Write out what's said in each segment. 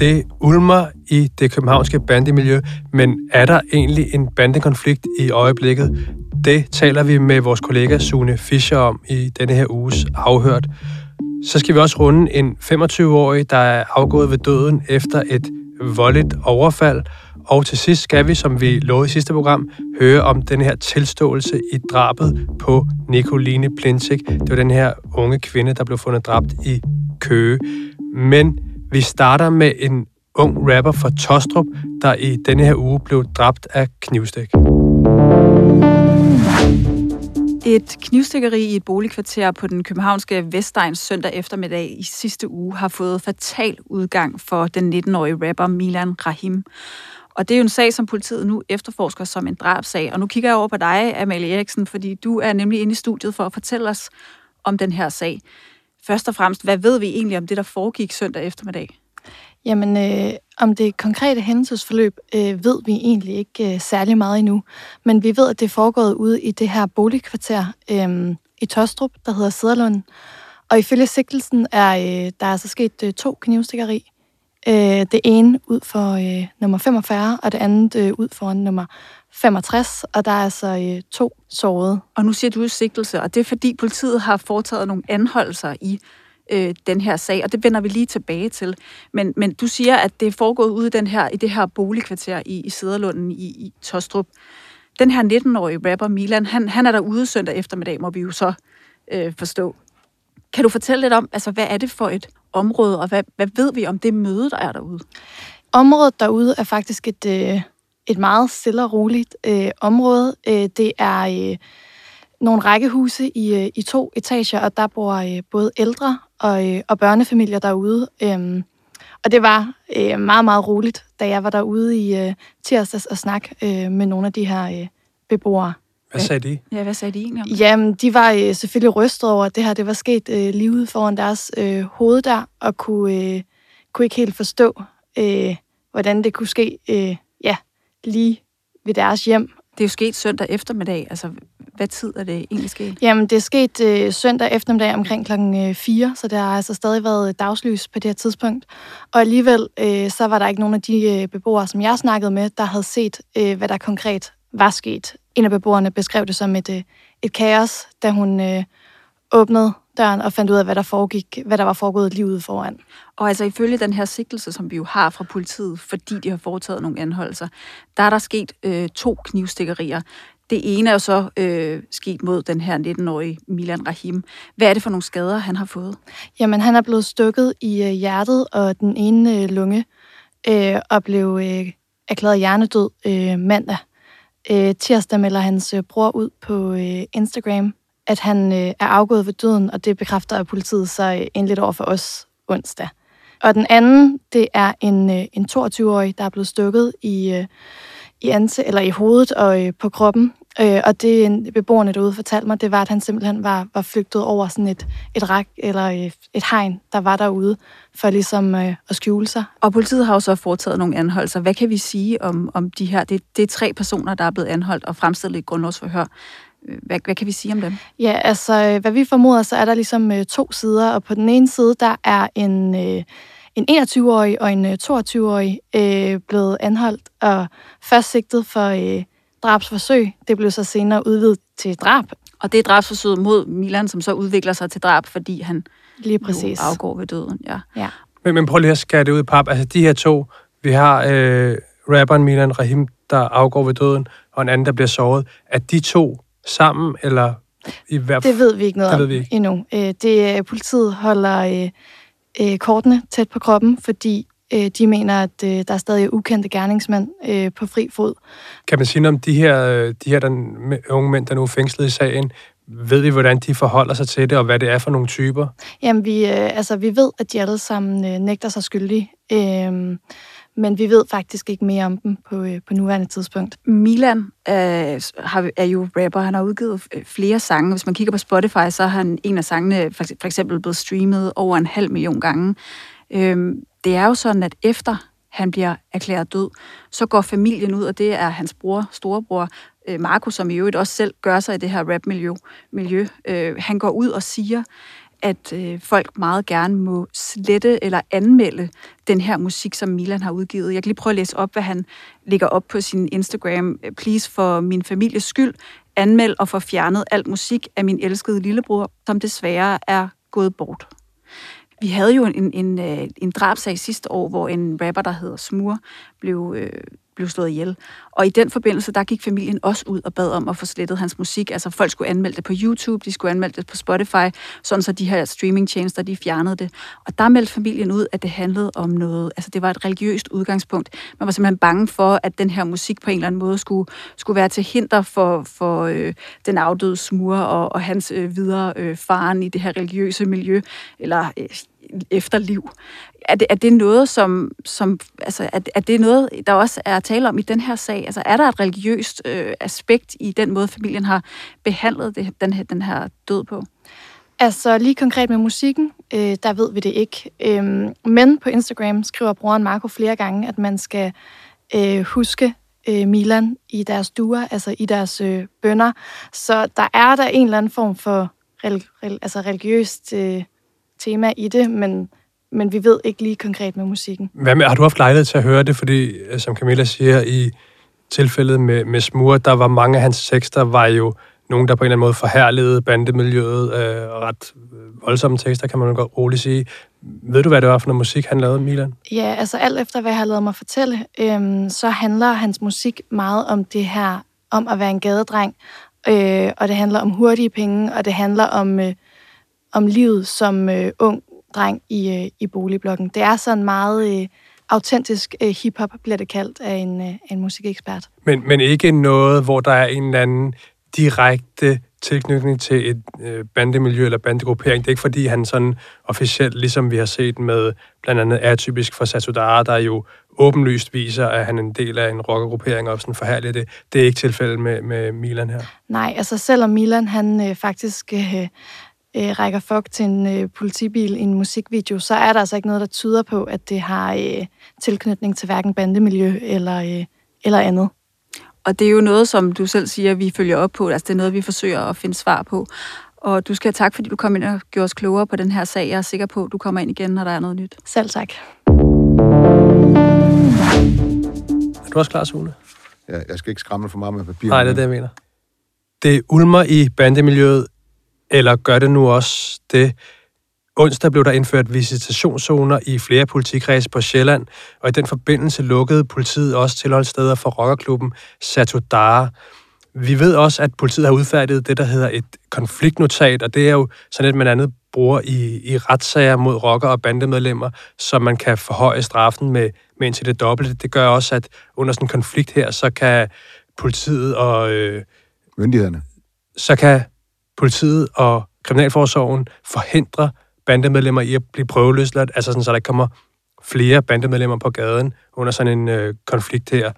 Det ulmer i det københavnske bandemiljø, men er der egentlig en bandekonflikt i øjeblikket? Det taler vi med vores kollega Sune Fischer om i denne her uges Afhørt. Så skal vi også runde en 25-årig, der er afgået ved døden efter et voldeligt overfald. Og til sidst skal vi, som vi lovede i sidste program, høre om den her tilståelse i drabet på Nicoline Plintik. Det var den her unge kvinde, der blev fundet dræbt i Køge. Men vi starter med en ung rapper fra Tostrup, der i denne her uge blev dræbt af knivstik. Et knivstikkeri i et boligkvarter på den københavnske Vestegns søndag eftermiddag i sidste uge har fået fatal udgang for den 19-årige rapper Milan Rahim. Og det er jo en sag, som politiet nu efterforsker som en drabsag. Og nu kigger jeg over på dig, Amalie Eriksen, fordi du er nemlig inde i studiet for at fortælle os om den her sag. Først og fremmest, hvad ved vi egentlig om det, der foregik søndag eftermiddag? Jamen, om det konkrete hændelsesforløb ved vi egentlig ikke særlig meget endnu. Men vi ved, at det er foregået ude i det her boligkvarter i Tostrup, der hedder Cederlund. Og ifølge sigtelsen er der altså sket 2 knivstikkeri. Det ene ud for nummer 45, og det andet ud for nummer 65, og der er altså 2 sårede. Og nu siger du sigtelse, og det er fordi politiet har foretaget nogle anholdelser i den her sag, og det vender vi lige tilbage til. Men du siger, at det er foregået ude i det her boligkvarter i Cederlunden i Tostrup. Den her 19-årige rapper Milan, han er derude søndag eftermiddag, må vi jo så forstå. Kan du fortælle lidt om, altså hvad er det for et område, og hvad ved vi om det møde, der er derude? Området derude er faktisk et meget stille og roligt område. Det er nogle rækkehuse i 2 etager, og der bor både ældre og børnefamilier derude. Og det var meget, meget roligt, da jeg var derude i tirsdags og snakke med nogle af de her beboere. Hvad sagde de? Ja, hvad sagde de egentlig om det? Jamen, de var selvfølgelig rystet over, at det her det var sket lige ude foran deres hoved der, og kunne ikke helt forstå, hvordan det kunne ske lige ved deres hjem. Det er jo sket søndag eftermiddag. Altså, hvad tid er det egentlig sket? Jamen, det er sket søndag eftermiddag omkring klokken 4, så der har altså stadig været dagslys på det her tidspunkt. Og alligevel, så var der ikke nogen af de beboere, som jeg snakkede med, der havde set, hvad der konkret var sket. En af beboerne beskrev det som et kaos, da hun åbnede døren og fandt ud af, hvad der var foregået lige ude foran. Og altså ifølge den her sigtelse, som vi jo har fra politiet, fordi de har foretaget nogle anholdelser, der er der sket 2 knivstikkerier. Det ene er jo så sket mod den her 19-årige Milan Rahim. Hvad er det for nogle skader, han har fået? Jamen, han er blevet stukket i hjertet og den ene lunge, og blev erklæret hjernedød mandag. Tirsdag melder hans bror ud på Instagram, at han er afgået ved døden, og det bekræfter politiet så lidt over for os onsdag. Og den anden, det er en 22-årig, der er blevet stukket i hovedet og på kroppen. Og det beboerne derude fortalte mig, det var, at han simpelthen var flygtet over sådan et ræk eller et hegn, der var derude, for ligesom at skjule sig. Og politiet har jo så foretaget nogle anholdelser. Hvad kan vi sige om de her? Det er 3 personer, der er blevet anholdt og fremstillet i grundlovsforhør. Hvad kan vi sige om dem? Ja, altså, hvad vi formoder, så er der ligesom 2 sider, og på den ene side, der er en 21-årig og en 22-årig blevet anholdt, og først sigtet for drabsforsøg. Det blev så senere udvidet til drab. Og det er drabsforsøget mod Milan, som så udvikler sig til drab, fordi han lige præcis afgår ved døden. Ja. Men prøv lige at skære det ud i pap. Altså de her 2, vi har rapperen Milan Rahim, der afgår ved døden, og en anden, der bliver såret. Er de 2 sammen, eller i hvert fald? Det ved vi ikke noget om endnu. Politiet holder kortene tæt på kroppen, fordi de mener, at der er stadig ukendte gerningsmænd på fri fod. Kan man sige noget om de her unge mænd, der nu er fængslet i sagen? Ved vi, hvordan de forholder sig til det, og hvad det er for nogle typer? Jamen, vi ved, at de alle sammen nægter sig skyldige. Men vi ved faktisk ikke mere om dem på nuværende tidspunkt. Milan er jo rapper. Han har udgivet flere sange. Hvis man kigger på Spotify, så har en af sangene for eksempel blevet streamet over 500.000 gange. Det er jo sådan, at efter han bliver erklæret død, så går familien ud, og det er hans storebror, Marco, som i øvrigt også selv gør sig i det her rap-miljø. Han går ud og siger, at folk meget gerne må slette eller anmelde den her musik, som Milan har udgivet. Jeg kan lige prøve at læse op, hvad han lægger op på sin Instagram. Please, for min families skyld, anmeld og få fjernet alt musik af min elskede lillebror, som desværre er gået bort. Vi havde jo en drabsag sidste år, hvor en rapper, der hedder Smur, blev slået ihjel. Og i den forbindelse, der gik familien også ud og bad om at få slettet hans musik. Altså folk skulle anmelde det på YouTube, de skulle anmelde det på Spotify, sådan så de her streamingtjenester, de fjernede det. Og der meldte familien ud, at det handlede om noget, altså det var et religiøst udgangspunkt. Man var simpelthen bange for, at den her musik på en eller anden måde skulle være til hinder for den afdøde Smur og hans videre faren i det her religiøse miljø, eller efterliv. Er det noget, som altså, er det noget, der også er tale om i den her sag? Altså, er der et religiøst aspekt i den måde, familien har behandlet den her død på? Altså, lige konkret med musikken, der ved vi det ikke. Men på Instagram skriver broren Marco flere gange, at man skal huske Milan i deres duer, altså i deres bønner. Så der er der en eller anden form for religiøst tema i det, men vi ved ikke lige konkret med musikken. Har du haft lejlighed til at høre det? Fordi, som Camilla siger, i tilfældet med Smur, der var mange af hans tekster, var jo nogen, der på en eller anden måde forherligede bandemiljøet. Ret voldsomme tekster, kan man godt roligt sige. Ved du, hvad det var for noget musik, han lavede, Milan? Ja, altså alt efter, hvad jeg har lavet mig fortælle, så handler hans musik meget om det her, om at være en gadedreng, og det handler om hurtige penge, og det handler om livet som ung dreng i boligblokken. Det er sådan meget autentisk hiphop, bliver det kaldt af en musikekspert. Men ikke noget, hvor der er en eller anden direkte tilknytning til et bandemiljø eller bandegruppering. Det er ikke fordi, han sådan officielt, ligesom vi har set med blandt andet Atypisk for Satudara, der jo åbenlyst viser, at han er en del af en rockergruppering og sådan forhærligt det. Det er ikke tilfældet med Milan her. Nej, altså selvom Milan, han faktisk rækker fuck til en politibil i en musikvideo, så er der altså ikke noget, der tyder på, at det har tilknytning til hverken bandemiljø eller andet. Og det er jo noget, som du selv siger, vi følger op på. Altså det er noget, vi forsøger at finde svar på. Og du skal have tak, fordi du kom ind og gjorde os klogere på den her sag. Jeg er sikker på, at du kommer ind igen, når der er noget nyt. Selv tak. Er du også klar, Sune? Ja, jeg skal ikke skræmme for meget med papir. Nej, det er det, jeg mener. Det ulmer i bandemiljøet, eller gør det nu også det? Onsdag blev der indført visitationszoner i flere politikredse på Sjælland, og i den forbindelse lukkede politiet også tilholdssteder for rockerklubben Satudara. Vi ved også, at politiet har udfærdiget det, der hedder et konfliktnotat, og det er jo sådan et, man andet bruger i retssager mod rocker- og bandemedlemmer, så man kan forhøje straffen med indtil det dobbelte. Det gør også, at under sådan en konflikt her, så kan politiet og myndighederne. Så kan politiet og kriminalforsorgen forhindre bandemedlemmer i at blive prøveløsladt, altså sådan, så der ikke kommer flere bandemedlemmer på gaden under sådan en konflikt her.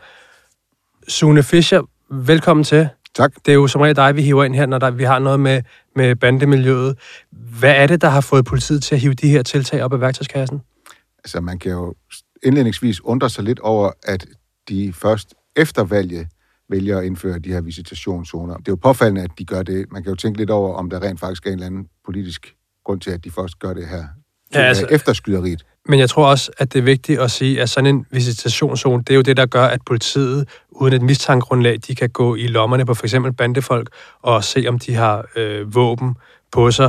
Sune Fischer, velkommen til. Tak. Det er jo som regel dig, vi hiver ind her, når vi har noget med bandemiljøet. Hvad er det, der har fået politiet til at hive de her tiltag op af værktøjskassen? Altså, man kan jo indledningsvis undre sig lidt over, at de først efter valget vælger at indføre de her visitationszoner. Det er jo påfaldende, at de gør det. Man kan jo tænke lidt over, om der rent faktisk er en eller anden politisk grund til, at de først gør det her efter skyderiet. Men jeg tror også, at det er vigtigt at sige, at sådan en visitationszone, det er jo det, der gør, at politiet uden et mistankegrundlag, de kan gå i lommerne på f.eks. bandefolk og se, om de har våben på sig.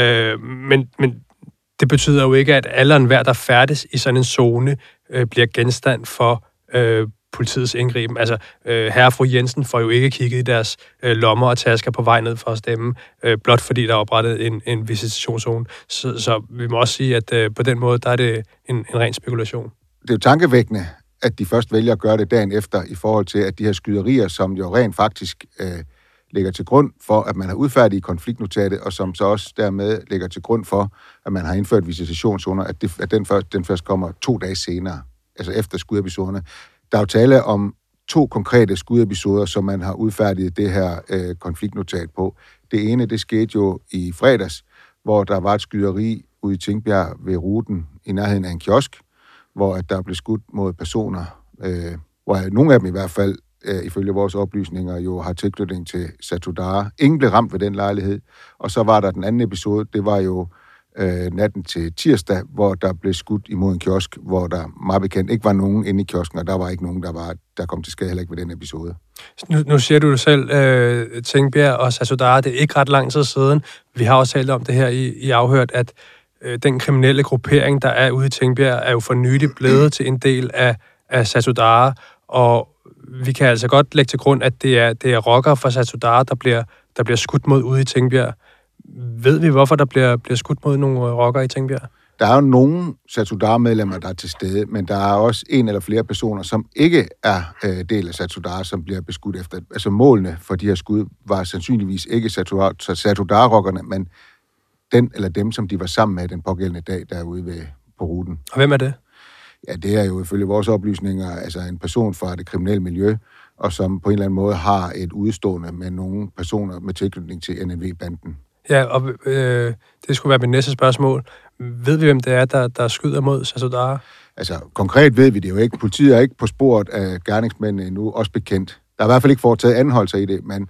Men det betyder jo ikke, at alle og enhver, der færdes i sådan en zone, bliver genstand for politiets indgriben. Altså, herre og fru Jensen får jo ikke kigget i deres lommer og tasker på vej ned for at stemme, blot fordi der er oprettet en visitationszone. Så vi må også sige, at på den måde, der er det en ren spekulation. Det er jo tankevækkende, at de først vælger at gøre det dagen efter, i forhold til, at de her skyderier, som jo rent faktisk ligger til grund for, at man har udfærdiget konfliktnotatet, og som så også dermed ligger til grund for, at man har indført visitationszoner, at den først kommer 2 dage senere, altså efter skudepisoderne. Der er jo tale om 2 konkrete skudepisoder, som man har udfærdiget det her konfliktnotat på. Det ene, det skete jo i fredags, hvor der var et skyderi ude i Tingbjerg ved ruten i nærheden af en kiosk, hvor der blev skudt mod personer, hvor nogle af dem i hvert fald, ifølge vores oplysninger, jo har tilknytning til Satudara. Ingen blev ramt ved den lejlighed. Og så var der den anden episode, det var jo natten til tirsdag, hvor der blev skudt imod en kiosk, hvor der meget bekendt ikke var nogen inde i kiosken, og der var ikke nogen, der kom til skade, heller ikke ved den episode. Nu siger du det selv, Tingbjerg og Satudarah, det er ikke ret lang tid siden. Vi har også talt om det her i Afhørt, at den kriminelle gruppering, der er ude i Tingbjerg, er jo for nylig blevet til en del af Satudarah, og vi kan altså godt lægge til grund, at det er rockere fra Satudarah, der bliver skudt mod ude i Tingbjerg. Ved vi, hvorfor der bliver skudt mod nogle rockere i Tingbjerg? Der er jo nogle Satudarah-medlemmer, der er til stede, men der er også en eller flere personer, som ikke er del af Satudarah, som bliver beskudt efter. Altså målene for de her skud var sandsynligvis ikke Satudarah-rockerne, men den eller dem, som de var sammen med den pågældende dag derude på ruten. Og hvem er det? Ja, det er jo ifølge vores oplysninger altså en person fra det kriminelle miljø, og som på en eller anden måde har et udstående med nogle personer med tilknytning til NNV-banden. Ja, og det skulle være mit næste spørgsmål. Ved vi, hvem det er, der skyder mod Satudarah? Altså, konkret ved vi det jo ikke. Politiet er ikke på sporet af gerningsmændene endnu, også bekendt. Der er i hvert fald ikke foretaget anholdelser i det, men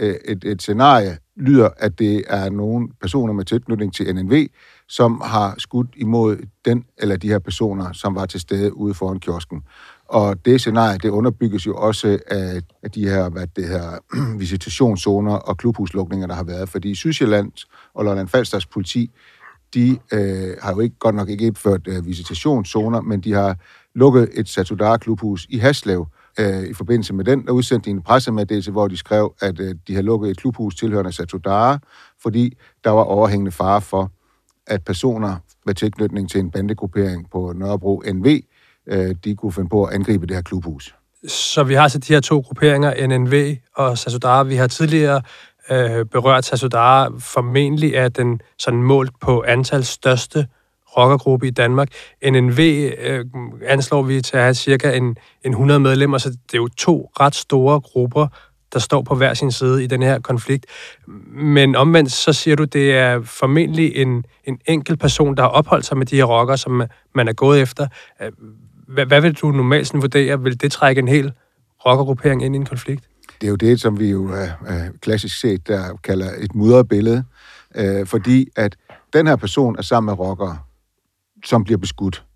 et scenarie lyder, at det er nogle personer med tilknytning til NNV, som har skudt imod den eller de her personer, som var til stede ude foran kiosken. Og det scenarie, det underbygges jo også af de her, visitationszoner og klubhuslukninger, der har været. Fordi Sydsjællands og Lolland-Falsters politi, de har jo godt nok ikke indført visitationszoner, men de har lukket et Satudarah-klubhus i Haslev. I forbindelse med den, der udsendte en pressemeddelelse, hvor de skrev, at de har lukket et klubhus tilhørende Satudarah, fordi der var overhængende fare for, at personer med tilknytning til en bandegruppering på Nørrebro NV, de kunne finde på at angribe det her klubhus. Så vi har altså de her to grupperinger, NNV og Satudarah. Vi har tidligere berørt Satudarah. Formentlig er den sådan målt på antal største rockergruppe i Danmark. NNV anslår vi til at have cirka en 100 medlemmer, så det er jo to ret store grupper, der står på hver sin side i den her konflikt. Men omvendt, så siger du, det er formentlig en enkelt person, der har opholdt sig med de her rockere, som man er gået efter. Hvad vil du normalt sådan vurdere? Vil det trække en hel rockergruppering ind i en konflikt? Det er jo det, som vi jo klassisk set der kalder et mudret billede, fordi at den her person er sammen med rockere, som bliver beskudt.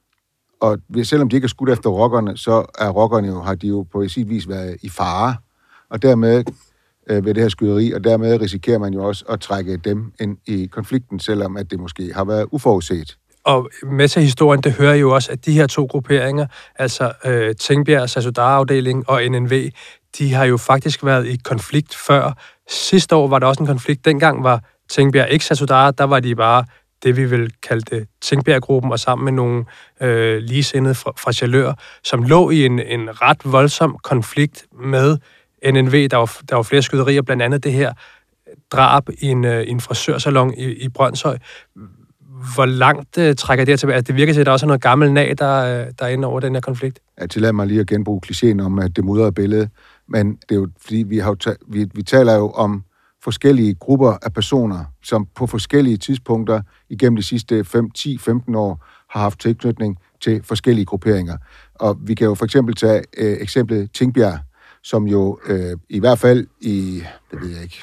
Og selvom de ikke er skudt efter rockerne, så er rockerne jo, har de jo på sin vis været i fare, og dermed ved det her skyderi, og dermed risikerer man jo også at trække dem ind i konflikten, selvom at det måske har været uforudset. Og med til historien, det hører jo også, at de her to grupperinger, altså Tingbjerg, Satudarah-afdelingen og NNV, de har jo faktisk været i konflikt før. Sidste år var der også en konflikt. Dengang var Tingbjerg ikke Satudarah, der var de bare det, vi vil kalde det Tingbjerg-gruppen, og sammen med nogle ligesindede fra Sjælør, som lå i en ret voldsom konflikt med NNV. Der var flere skyderier, blandt andet det her drab i en frisørsalon i Brønshøj. Hvor langt trækker det her tilbage? Altså, det virker til, at der også er noget gammel nag, der er inde over den her konflikt. Jeg tillader mig lige at genbruge klichéen om at det mudrede billede, men det er jo fordi, vi taler jo om forskellige grupper af personer, som på forskellige tidspunkter igennem de sidste 5-10-15 år har haft tilknytning til forskellige grupperinger. Og vi kan jo for eksempel tage eksemplet Tingbjerg, som jo i hvert fald i, det ved jeg ikke,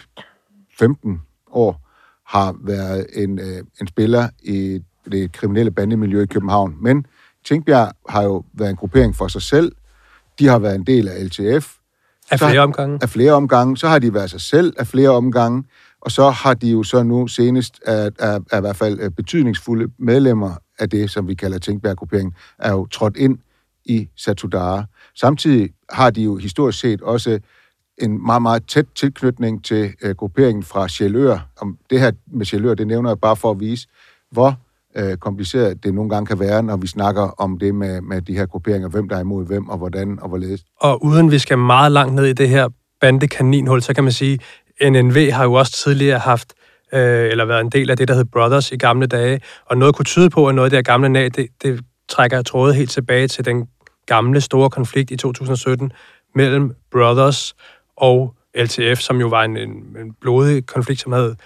15 år har været en spiller i det kriminelle bandemiljø i København. Men Tingbjerg har jo været en gruppering for sig selv. De har været en del af LTF. Af flere omgange. Så har de været sig selv af flere omgange. Og så har de jo så nu senest, af i hvert fald betydningsfulde medlemmer af det, som vi kalder Tingbjerg-grupperingen, er jo trådt ind i Satudarah. Samtidig har de jo historisk set også en meget, meget tæt tilknytning til grupperingen fra Sjælør. Om det her med Sjælør, det nævner jeg bare for at vise, hvor kompliceret det nogle gange kan være, når vi snakker om det med de her grupperinger, hvem der er imod hvem, og hvordan og hvorledes. Og uden vi skal meget langt ned i det her bandekaninhul, så kan man sige, NNV har jo også tidligere haft, eller været en del af det, der hed Brothers i gamle dage, og noget kunne tyde på, at noget af det her gamle nag, det trækker trådet helt tilbage til den gamle store konflikt i 2017 mellem Brothers og LTF, som jo var en blodig konflikt, som havde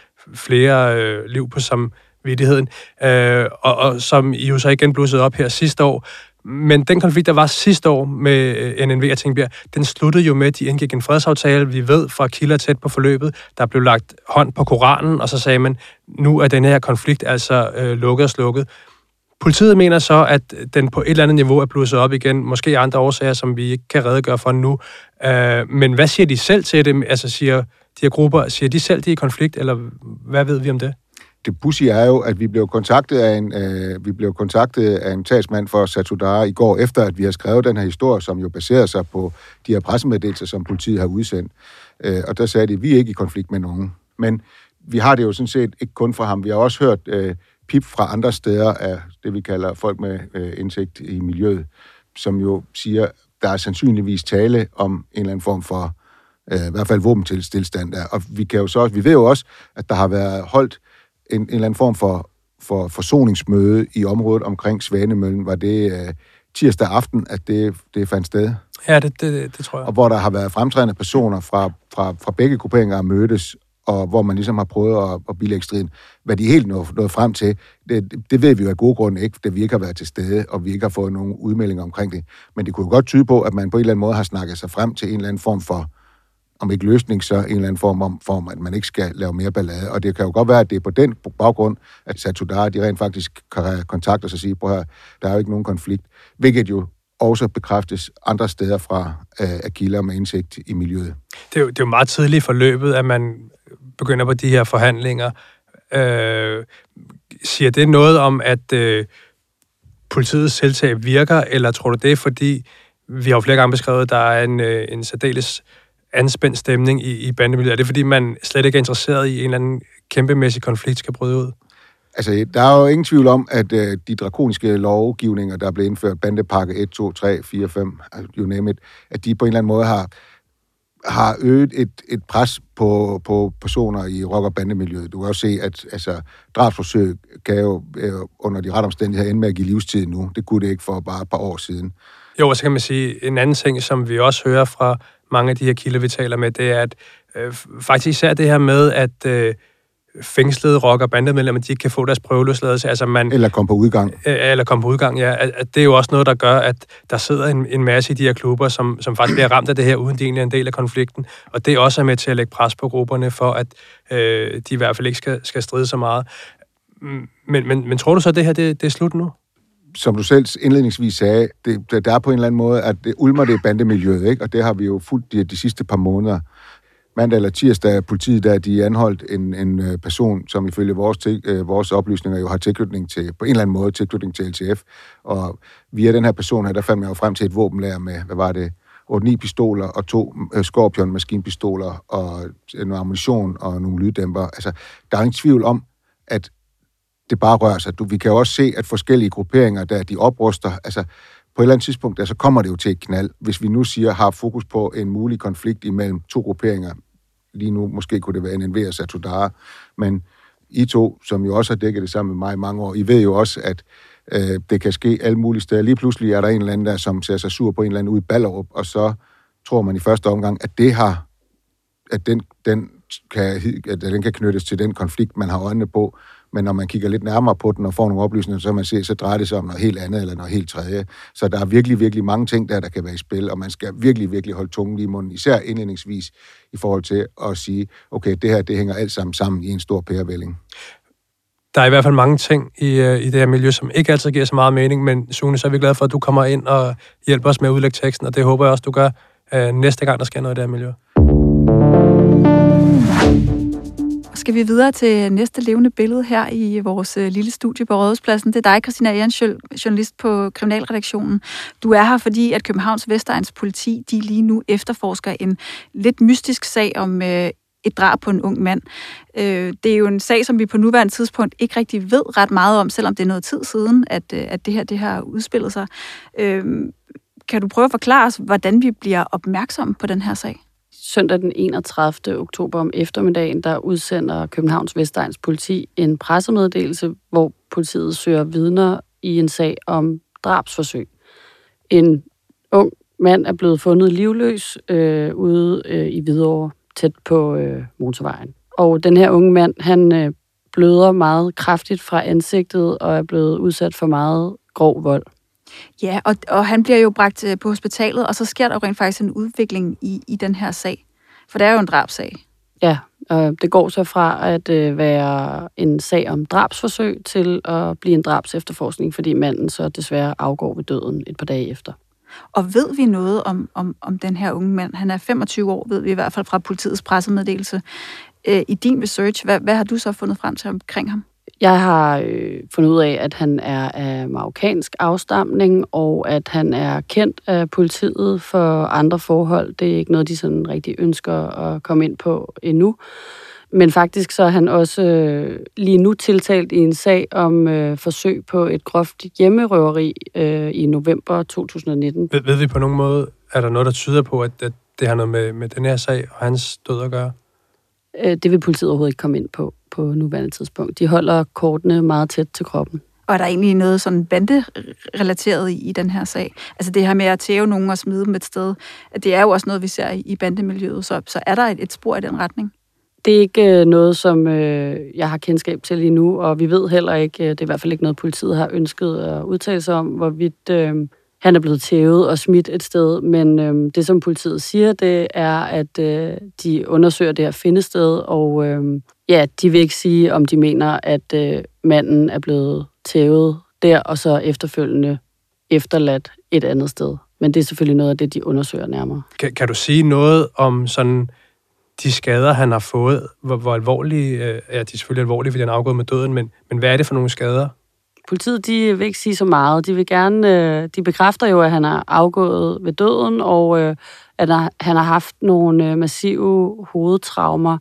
flere liv på samvittigheden, og som I jo så igen blussede op her sidste år. Men den konflikt, der var sidste år med NNV og Tingbjerg, den sluttede jo med, at de indgik en fredsaftale. Vi ved fra kilder tæt på forløbet, der blev lagt hånd på Koranen, og så sagde man, nu er den her konflikt altså lukket og slukket. Politiet mener så, at den på et eller andet niveau er blusset op igen, måske andre årsager, som vi ikke kan redegøre for nu. Men hvad siger de selv til det? Altså siger de her grupper, siger de selv, de er i konflikt, eller hvad ved vi om det? Det pudsige er jo, at vi blev kontaktet af en talsmand for Satudarah i går, efter at vi har skrevet den her historie, som jo baserer sig på de her pressemeddelelser, som politiet har udsendt. Og der sagde de, at vi er ikke i konflikt med nogen. Men vi har det jo sådan set ikke kun fra ham. Vi har også hørt pip fra andre steder af det, vi kalder folk med indsigt i miljøet, som jo siger, der er sandsynligvis tale om en eller anden form for, i hvert fald våbenstilstand der. Og vi ved jo også, at der har været holdt en eller anden form for forsoningsmøde i området omkring Svanemøllen. Var det tirsdag aften, at det fandt sted? Ja, det tror jeg. Og hvor der har været fremtrædende personer fra begge grupperinger mødtes, og hvor man ligesom har prøvet at bilægge striden. Hvad de helt nåede frem til, det ved vi jo af gode grunde ikke, da vi ikke har været til stede, og vi ikke har fået nogen udmeldinger omkring det. Men det kunne jo godt tyde på, at man på en eller anden måde har snakket sig frem til en eller anden form for, om ikke løsning, så en eller anden form, at man ikke skal lave mere ballade. Og det kan jo godt være, at det er på den baggrund, at Satudarah, de rent faktisk kan kontakte os og sige, prøv her, der er jo ikke nogen konflikt. Hvilket jo også bekræftes andre steder fra af kilder med indsigt i miljøet. Det er jo meget tidligt forløbet, at man begynder på de her forhandlinger. Siger det noget om, at politiets tiltag virker, eller tror du det er, fordi vi har jo flere gange beskrevet, at der er en særdeles anspændt stemning i bandemiljøet? Er det, fordi man slet ikke er interesseret i en eller anden kæmpemæssig konflikt skal bryde ud? Altså, der er jo ingen tvivl om, at de drakoniske lovgivninger, der er blevet indført, bandepakke 1, 2, 3, 4, 5, you name it, at de på en eller anden måde har øget et pres på personer i rock- og bandemiljøet. Du kan også se, at drabsforsøg kan jo under de rette omstændigheder ende med at give livstid nu. Det kunne det ikke for bare et par år siden. Jo, og så kan man sige, en anden ting, som vi også hører fra mange af de her kilder, vi taler med, det er, at faktisk især det her med, at fængslede rock- og bandemedlemmer, de ikke kan få deres prøveløsladelse. Altså eller komme på udgang. Eller komme på udgang, ja. At det er jo også noget, der gør, at der sidder en masse i de her klubber, som faktisk bliver ramt af det her, uden de egentlig er en del af konflikten. Og det også er med til at lægge pres på grupperne, for at de i hvert fald ikke skal stride så meget. Men tror du så, at det her det er slut nu? Som du selv indledningsvis sagde, der er på en eller anden måde, at det ulmer det bandemiljøet, ikke? Og det har vi jo fulgt de sidste par måneder. Mandag eller tirsdag, politiet der, de anholdt en person, som ifølge vores oplysninger jo har tilknytning til, på en eller anden måde, tilknytning til LTF. Og via den her person her, der fandt man jo frem til et våbenlager med, 8-9 pistoler og 2 Scorpion-maskinpistoler og noget ammunition og nogle lyddæmper. Altså, der er ingen tvivl om, at det bare rører sig. Vi kan jo også se, at forskellige grupperinger, der de opruster, altså på et eller andet tidspunkt, så kommer det jo til et knald. Hvis vi nu har fokus på en mulig konflikt imellem to grupperinger, lige nu måske kunne det være NNV og Satudarah, men I to, som jo også har dækket det sammen med mig i mange år, I ved jo også, at det kan ske alle mulige steder. Lige pludselig er der en eller anden, der som ser sig sur på en eller anden ude i Ballerup, og så tror man i første omgang, at den kan knyttes til den konflikt, man har øjnene på. Men når man kigger lidt nærmere på den og får nogle oplysninger, så man ser, så drejer det sig om noget helt andet eller noget helt tredje. Så der er virkelig, virkelig mange ting der kan være i spil, og man skal virkelig, virkelig holde tungen lige i munden, især indledningsvis i forhold til at sige, okay, det hænger alt sammen i en stor pærevælling. Der er i hvert fald mange ting i det her miljø, som ikke altid giver så meget mening, men Sune, så er vi glade for, at du kommer ind og hjælper os med at udlægge teksten, og det håber jeg også, du gør næste gang, der sker noget i det her miljø. Skal vi videre til næste levende billede her i vores lille studie på Rådhuspladsen. Det er dig, Christina Ehrenschøl, journalist på Kriminalredaktionen. Du er her, fordi at Københavns Vestegns politi, de lige nu efterforsker en lidt mystisk sag om et drab på en ung mand. Det er jo en sag, som vi på nuværende tidspunkt ikke rigtig ved ret meget om, selvom det er noget tid siden, at det her udspillet sig. Kan du prøve at forklare os, hvordan vi bliver opmærksomme på den her sag? Søndag den 31. oktober om eftermiddagen, der udsender Københavns Vestegns politi en pressemeddelelse, hvor politiet søger vidner i en sag om drabsforsøg. En ung mand er blevet fundet livløs ude i Hvidovre, tæt på motorvejen. Og den her unge mand, han bløder meget kraftigt fra ansigtet og er blevet udsat for meget grov vold. Ja, og han bliver jo bragt på hospitalet, og så sker der jo rent faktisk en udvikling i den her sag. For det er jo en drabsag. Ja, og det går så fra at være en sag om drabsforsøg til at blive en drabsefterforskning, fordi manden så desværre afgår ved døden et par dage efter. Og ved vi noget om den her unge mand? Han er 25 år, ved vi i hvert fald fra politiets pressemeddelelse. I din research, hvad har du så fundet frem til omkring ham? Jeg har fundet ud af, at han er af marokkansk afstamning, og at han er kendt af politiet for andre forhold. Det er ikke noget, de sådan rigtig ønsker at komme ind på endnu. Men faktisk så er han også lige nu tiltalt i en sag om forsøg på et groft hjemmerøveri i november 2019. Ved vi på nogen måde, er der noget, der tyder på, at det har noget med den her sag og hans død at gøre? Det vil politiet overhovedet ikke komme ind på nuværende tidspunkt. De holder kortene meget tæt til kroppen. Og er der egentlig noget sådan banderelateret i den her sag? Altså det her med at tæve nogen og smide dem et sted, det er jo også noget, vi ser i bandemiljøet. Så er der et spor i den retning? Det er ikke noget, som jeg har kendskab til lige nu, og vi ved heller ikke, det er i hvert fald ikke noget, politiet har ønsket at udtale sig om, hvorvidt han er blevet tævet og smidt et sted. Men det, som politiet siger, det er, at de undersøger det her findested, og de vil ikke sige, om de mener, at manden er blevet tævet der, og så efterfølgende efterladt et andet sted. Men det er selvfølgelig noget af det, de undersøger nærmere. Kan du sige noget om sådan de skader, han har fået? Hvor alvorlige, de er selvfølgelig alvorlige, fordi han er afgået med døden, men hvad er det for nogle skader? Politiet, de vil ikke sige så meget. De vil gerne, de bekræfter jo, at han er afgået ved døden, og at han har haft nogle massive hovedtraumer.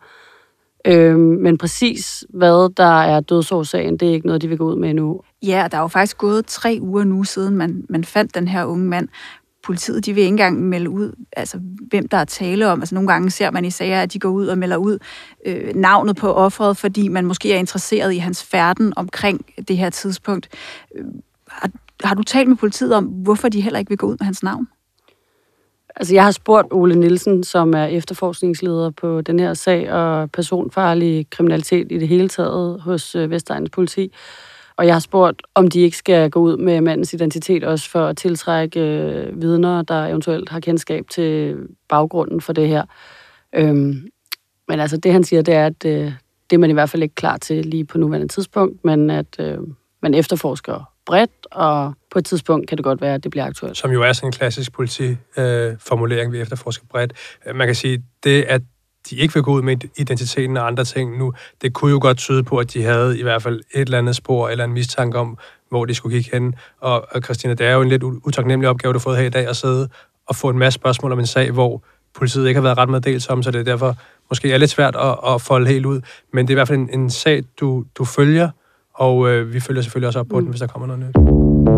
Men præcis hvad der er dødsårsagen, det er ikke noget, de vil gå ud med endnu. Ja, der er jo faktisk gået 3 uger nu siden, man fandt den her unge mand. Politiet, de vil ikke engang melde ud, altså hvem der er tale om. Altså nogle gange ser man i sager, at de går ud og melder ud navnet på offeret, fordi man måske er interesseret i hans færden omkring det her tidspunkt. Har du talt med politiet om, hvorfor de heller ikke vil gå ud med hans navn? Altså jeg har spurgt Ole Nielsen, som er efterforskningsleder på den her sag og personfarlig kriminalitet i det hele taget hos Vestegnens politi. Og jeg har spurgt, om de ikke skal gå ud med mandens identitet også for at tiltrække vidner, der eventuelt har kendskab til baggrunden for det her. Men altså det, han siger, det er, at det er man i hvert fald ikke klar til lige på nuværende tidspunkt, men at man efterforsker bredt, og på et tidspunkt kan det godt være, at det bliver aktuelt. Som jo er sådan en klassisk politiformulering, vi efterforsker bredt. Man kan sige, det at de ikke vil gå ud med identiteten og andre ting nu, det kunne jo godt tyde på, at de havde i hvert fald et eller andet spor eller en mistanke om, hvor de skulle kigge hen. Og Christina, det er jo en lidt utaknemmelig opgave, du har fået her i dag, at sidde og få en masse spørgsmål om en sag, hvor politiet ikke har været ret meddelt om, så det er derfor måske er lidt svært at folde helt ud. Men det er i hvert fald en sag, du følger, og vi følger selvfølgelig også op på den, hvis der kommer noget nyt.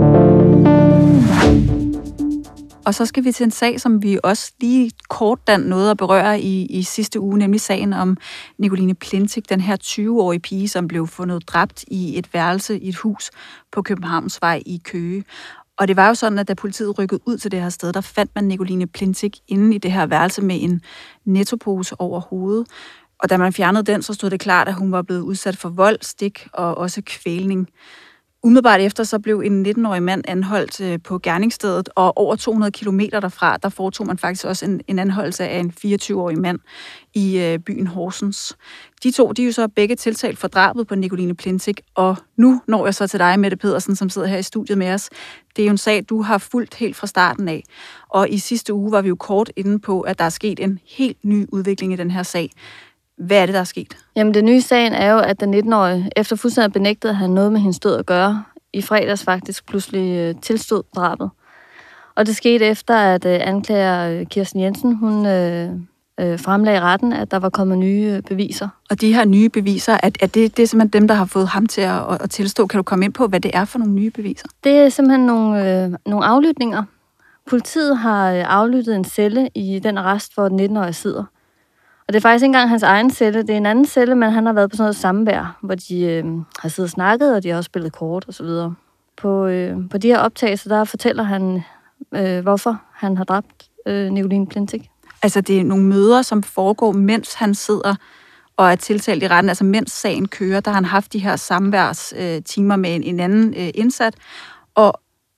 Og så skal vi til en sag, som vi også lige kort nåede at berøre i sidste uge, nemlig sagen om Nicoline Plintik, den her 20-årige pige, som blev fundet dræbt i et værelse i et hus på Københavnsvej i Køge. Og det var jo sådan, at da politiet rykkede ud til det her sted, der fandt man Nicoline Plintik inde i det her værelse med en nettopose over hovedet. Og da man fjernede den, så stod det klart, at hun var blevet udsat for vold, stik og også kvælning. Umiddelbart efter så blev en 19-årig mand anholdt på gerningsstedet, og over 200 kilometer derfra, der foretog man faktisk også en anholdelse af en 24-årig mand i byen Horsens. De to, de er jo så begge tiltalt for drabet på Nicoline Plintik, og nu når jeg så til dig, Mette Pedersen, som sidder her i studiet med os. Det er jo en sag, du har fulgt helt fra starten af, og i sidste uge var vi jo kort inde på, at der er sket en helt ny udvikling i den her sag. Hvad er det, der er sket? Jamen, det nye sagen er jo, at den 19-årige, efter fuldstændig benægtet at have noget med hendes død at gøre, i fredags faktisk pludselig tilstod drabet. Og det skete efter, at anklager Kirsten Jensen, hun fremlagde i retten, at der var kommet nye beviser. Og de her nye beviser, er det er simpelthen dem, der har fået ham til at tilstå? Kan du komme ind på, hvad det er for nogle nye beviser? Det er simpelthen nogle aflytninger. Politiet har aflyttet en celle i den arrest, hvor den 19-årige sidder. Og det er faktisk ikke engang hans egen celle, det er en anden celle, men han har været på sådan noget samvær, hvor de har siddet og snakket, og de har også spillet kort og så videre. På de her optagelser, der fortæller han, hvorfor han har dræbt Nicoline Plintik. Altså det er nogle møder, som foregår, mens han sidder og er tiltalt i retten, altså mens sagen kører, der har han haft de her samværstimer med en anden indsat, og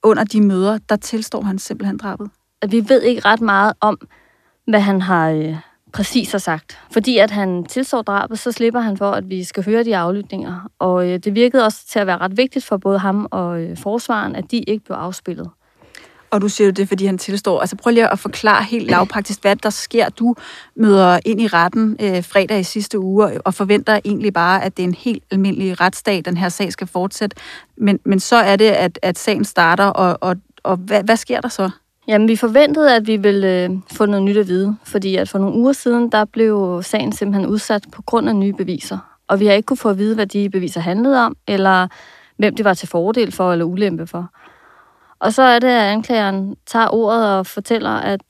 under de møder, der tilstår han simpelthen drabet? Vi ved ikke ret meget om, hvad han har præcis har sagt. Fordi at han tilstår drabet, så slipper han for, at vi skal høre de aflytninger. Og det virkede også til at være ret vigtigt for både ham og forsvaren, at de ikke blev afspillet. Og du siger jo det, fordi han tilstår. Altså prøv lige at forklare helt lavpraktisk, hvad der sker. Du møder ind i retten fredag i sidste uge, og forventer egentlig bare, at det er en helt almindelig retsstat, den her sag skal fortsætte. Men så er det, at sagen starter, og hvad sker der så? Jamen, vi forventede, at vi ville få noget nyt at vide, fordi at for nogle uger siden, der blev sagen simpelthen udsat på grund af nye beviser. Og vi har ikke kunne få at vide, hvad de beviser handlede om, eller hvem det var til fordel for eller ulempe for. Og så er det, at anklageren tager ordet og fortæller,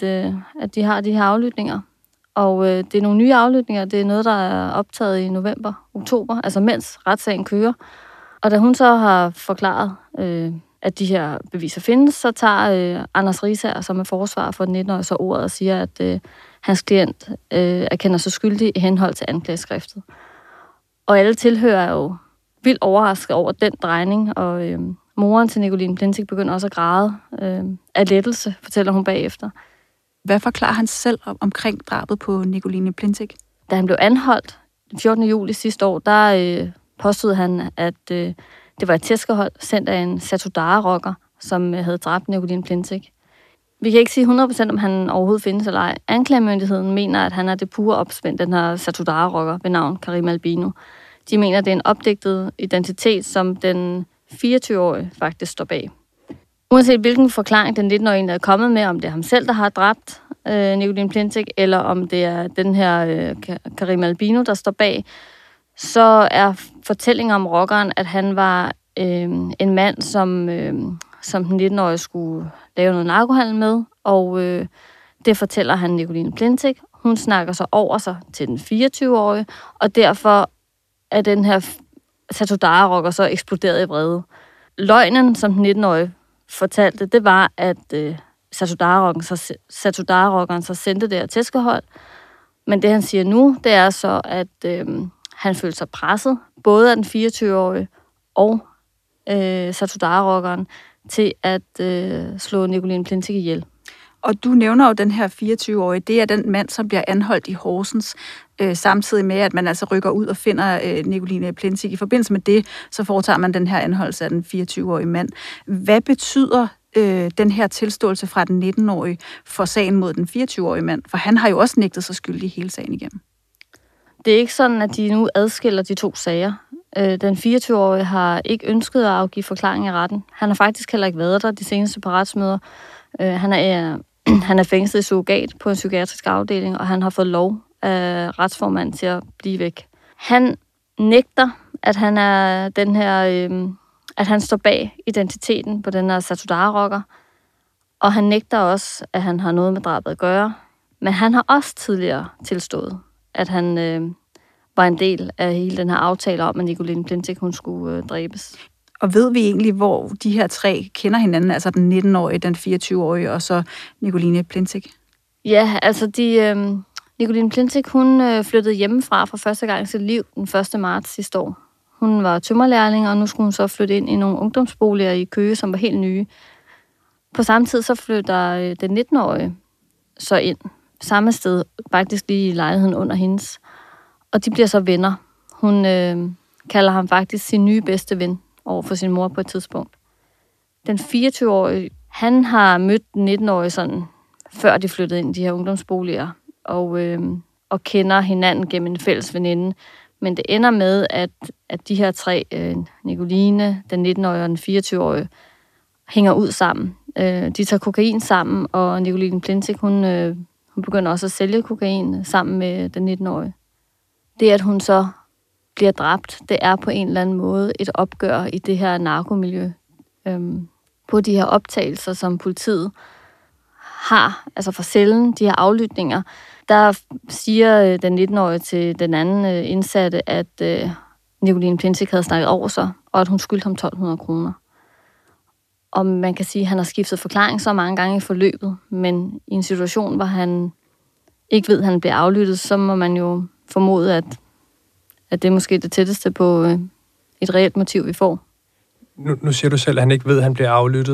at de har de her aflytninger. Og det er nogle nye aflytninger, det er noget, der er optaget i november, oktober, altså mens retssagen kører. Og da hun så har forklaret, at de her beviser findes, så tager Anders Riisager, som er forsvarer for den 19-årige, så ordet og siger, at hans klient erkender sig skyldig i henhold til anklageskriftet. Og alle tilhører er jo vildt overrasket over den drejning, og moren til Nicoline Plintic begynder også at græde af lettelse, fortæller hun bagefter. Hvad forklarer han selv omkring drabet på Nicoline Plintic? Da han blev anholdt den 14. juli sidste år, der påstod han, at det var et tæskehold sendt af en Satudarah-rocker, som havde dræbt Nicoline Plintic. Vi kan ikke sige 100% om han overhovedet findes eller ej. Anklagemyndigheden mener, at han er det pure opspind, den her Satudarah-rocker ved navn Karim Albino. De mener, det er en opdigtet identitet, som den 24-årige faktisk står bag. Uanset hvilken forklaring den 19-årige er kommet med, om det er ham selv, der har dræbt Nicoline Plintic, eller om det er den her Karim Albino, der står bag, så er fortællingen om rockeren, at han var en mand, som den 19-årige skulle lave noget narkohandel med, og det fortæller han Nicoline Plintic. Hun snakker så over sig til den 24-årige, og derfor er den her Satudarah-rocker så eksploderet i vrede. Løgnen, som den 19-årige fortalte, det var, at Satudarah-rockeren så sendte det her tæskehold. Men det, han siger nu, det er så, at han følte sig presset, både af den 24-årige og Satudarah-rockeren, til at slå Nicoline Plintic ihjel. Og du nævner jo den her 24-årige. Det er den mand, som bliver anholdt i Horsens, samtidig med, at man altså rykker ud og finder Nicoline Plintic. I forbindelse med det, så foretager man den her anholdelse af den 24-årige mand. Hvad betyder den her tilståelse fra den 19-årige for sagen mod den 24-årige mand? For han har jo også nægtet sig skyldig hele sagen igennem. Det er ikke sådan, at de nu adskiller de to sager. Den 24-årige har ikke ønsket at afgive forklaring i retten. Han har faktisk heller ikke været der de seneste par retsmøder. Han er fængslet i surrogat på en psykiatrisk afdeling, og han har fået lov af retsformanden til at blive væk. Han nægter, at han er den her, at han står bag identiteten på den her Satudarah-rocker, og han nægter også, at han har noget med drabet at gøre. Men han har også tidligere tilstået, at han var en del af hele den her aftale om, at Nicoline Plintic hun skulle dræbes. Og ved vi egentlig, hvor de her tre kender hinanden, altså den 19-årige, den 24-årige og så Nicoline Plintic? Ja, altså Nicoline Plintic, hun flyttede hjemmefra for første gang i sit liv den 1. marts sidste år. Hun var tømmerlærling, og nu skulle hun så flytte ind i nogle ungdomsboliger i Køge, som var helt nye. På samme tid så flytter den 19-årige så ind samme sted, faktisk lige i lejligheden under hendes. Og de bliver så venner. Hun kalder ham faktisk sin nye bedste ven over for sin mor på et tidspunkt. Den 24-årige, han har mødt den 19-årige sådan, før de flyttede ind i de her ungdomsboliger, og kender hinanden gennem en fælles veninde. Men det ender med, at de her tre, Nicoline, den 19-årige og den 24-årige, hænger ud sammen. De tager kokain sammen, og Nicoline Plintic, hun begynder også at sælge kokain sammen med den 19-årige. Det, at hun så bliver dræbt, det er på en eller anden måde et opgør i det her narkomiljø. På de her optagelser, som politiet har, altså fra cellen, de her aflytninger, der siger den 19-årige til den anden indsatte, at Nicoline Plintic havde snakket over sig, og at hun skyldte ham 1.200 kroner. Og man kan sige, at han har skiftet forklaring så mange gange i forløbet, men i en situation, hvor han ikke ved, at han bliver aflyttet, så må man jo formode, at det er måske det tætteste på et reelt motiv, vi får. Nu siger du selv, at han ikke ved, at han bliver aflyttet,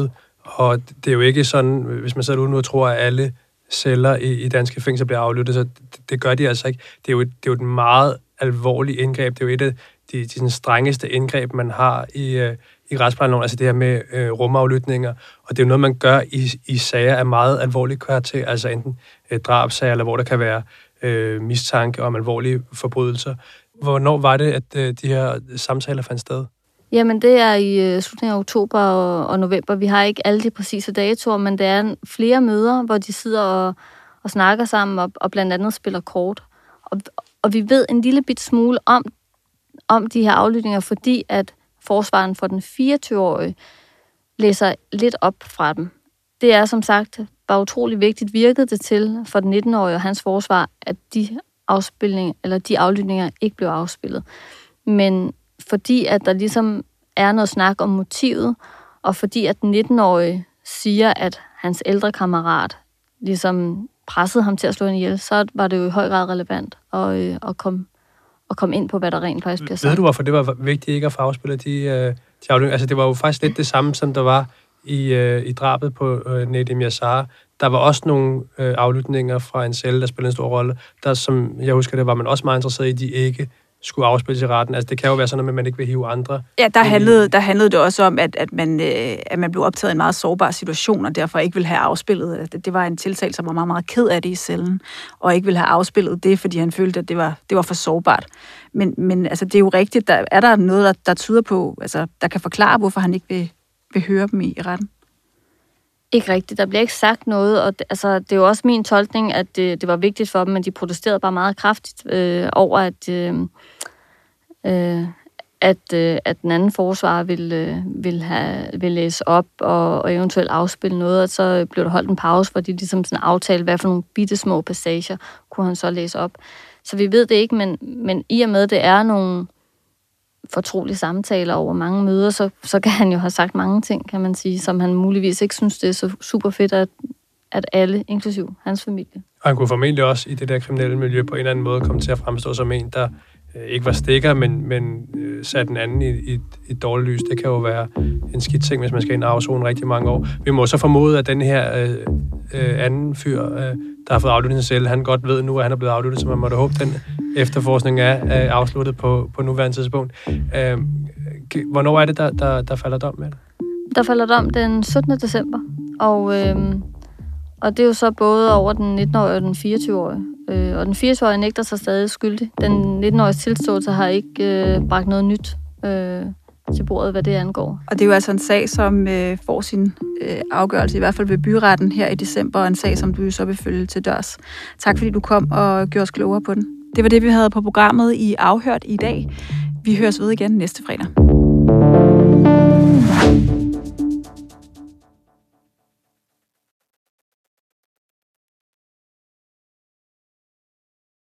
Og det er jo ikke sådan, hvis man sidder ude og tror, at alle celler i danske fængsler bliver aflyttet, så det gør de altså ikke. Det er jo et meget alvorligt indgreb. Det er jo et af de sådan strengeste indgreb, man har i retsplejeloven, altså det her med rumaflytninger. Og det er jo noget, man gør i sager af meget alvorlig karakter, altså enten drabsager, eller hvor der kan være mistanke om alvorlige forbrydelser. Hvornår var det, at de her samtaler fandt sted? Jamen, det er i slutningen af oktober og november. Vi har ikke alle de præcise datoer, men det er flere møder, hvor de sidder og snakker sammen og blandt andet spiller kort. Og vi ved en lille bit smule om de her aflytninger, fordi at forsvaren for den 24-årige læser lidt op fra dem. Det er som sagt bare utrolig vigtigt, virkede det til for den 19-årige og hans forsvar, at de aflytninger ikke blev afspillet. Men fordi at der ligesom er noget snak om motivet, og fordi at den 19-årige siger, at hans ældre kammerat ligesom pressede ham til at slå hende ihjel, så var det jo i høj grad relevant at komme ind på, hvad der rent faktisk bliver sagt. Ved du, hvorfor det var vigtigt ikke at få afspillet de aflytninger? Altså, det var jo faktisk lidt det samme, som der var i drabet på Nedim Yassar. Der var også nogle aflytninger fra en celle, der spillede en stor rolle. Der, som jeg husker, det var man også meget interesseret i, de ikke skulle afspilles i retten. Altså, det kan jo være sådan noget, at man ikke vil hive andre. Ja, der handlede det også om, at man blev optaget i en meget sårbar situation, og derfor ikke ville have afspillet. Det var en tiltalt, som var meget, meget ked af det i cellen, og ikke ville have afspillet det, fordi han følte, at det var for sårbart. Men altså, det er jo rigtigt. Er der noget, der tyder på, altså, der kan forklare, hvorfor han ikke vil høre dem i retten? Ikke rigtigt. Der bliver ikke sagt noget, og det er jo også min tolkning, at det var vigtigt for dem, men de protesterede bare meget kraftigt over, at den anden forsvarer ville læse op og eventuelt afspille noget, og så blev der holdt en pause, hvor de ligesom sådan aftalte, hvad for nogle bittesmå passager kunne han så læse op. Så vi ved det ikke, men i og med, det er nogle fortrolige samtaler over mange møder, så kan han jo have sagt mange ting, kan man sige, som han muligvis ikke synes, det er så super fedt, at alle, inklusiv hans familie. Og han kunne formentlig også i det der kriminelle miljø på en eller anden måde komme til at fremstå som en, der ikke var stikker, men satte den anden i et dårligt lys. Det kan jo være en skidt ting, hvis man skal ind og afzone rigtig mange år. Vi må så formode, at den her anden fyr, der har fået aflyttet sig selv, han godt ved nu, at han er blevet aflyttet, så man måtte håbe, den efterforskning er afsluttet på nuværende tidspunkt. Hvornår er det, der falder dom med det? Der falder dom den 17. december, og det er jo så både over den 19-årige og den 24-årige. Og den 80-årige nægter sig stadig skyldig. Den 19-årige tilståelse har ikke bragt noget nyt til bordet, hvad det angår. Og det er jo altså en sag, som får sin afgørelse, i hvert fald ved byretten her i december, og en sag, som du så vil følge til dørs. Tak fordi du kom og gjorde os klogere på den. Det var det, vi havde på programmet i Afhørt i dag. Vi høres ved igen næste fredag.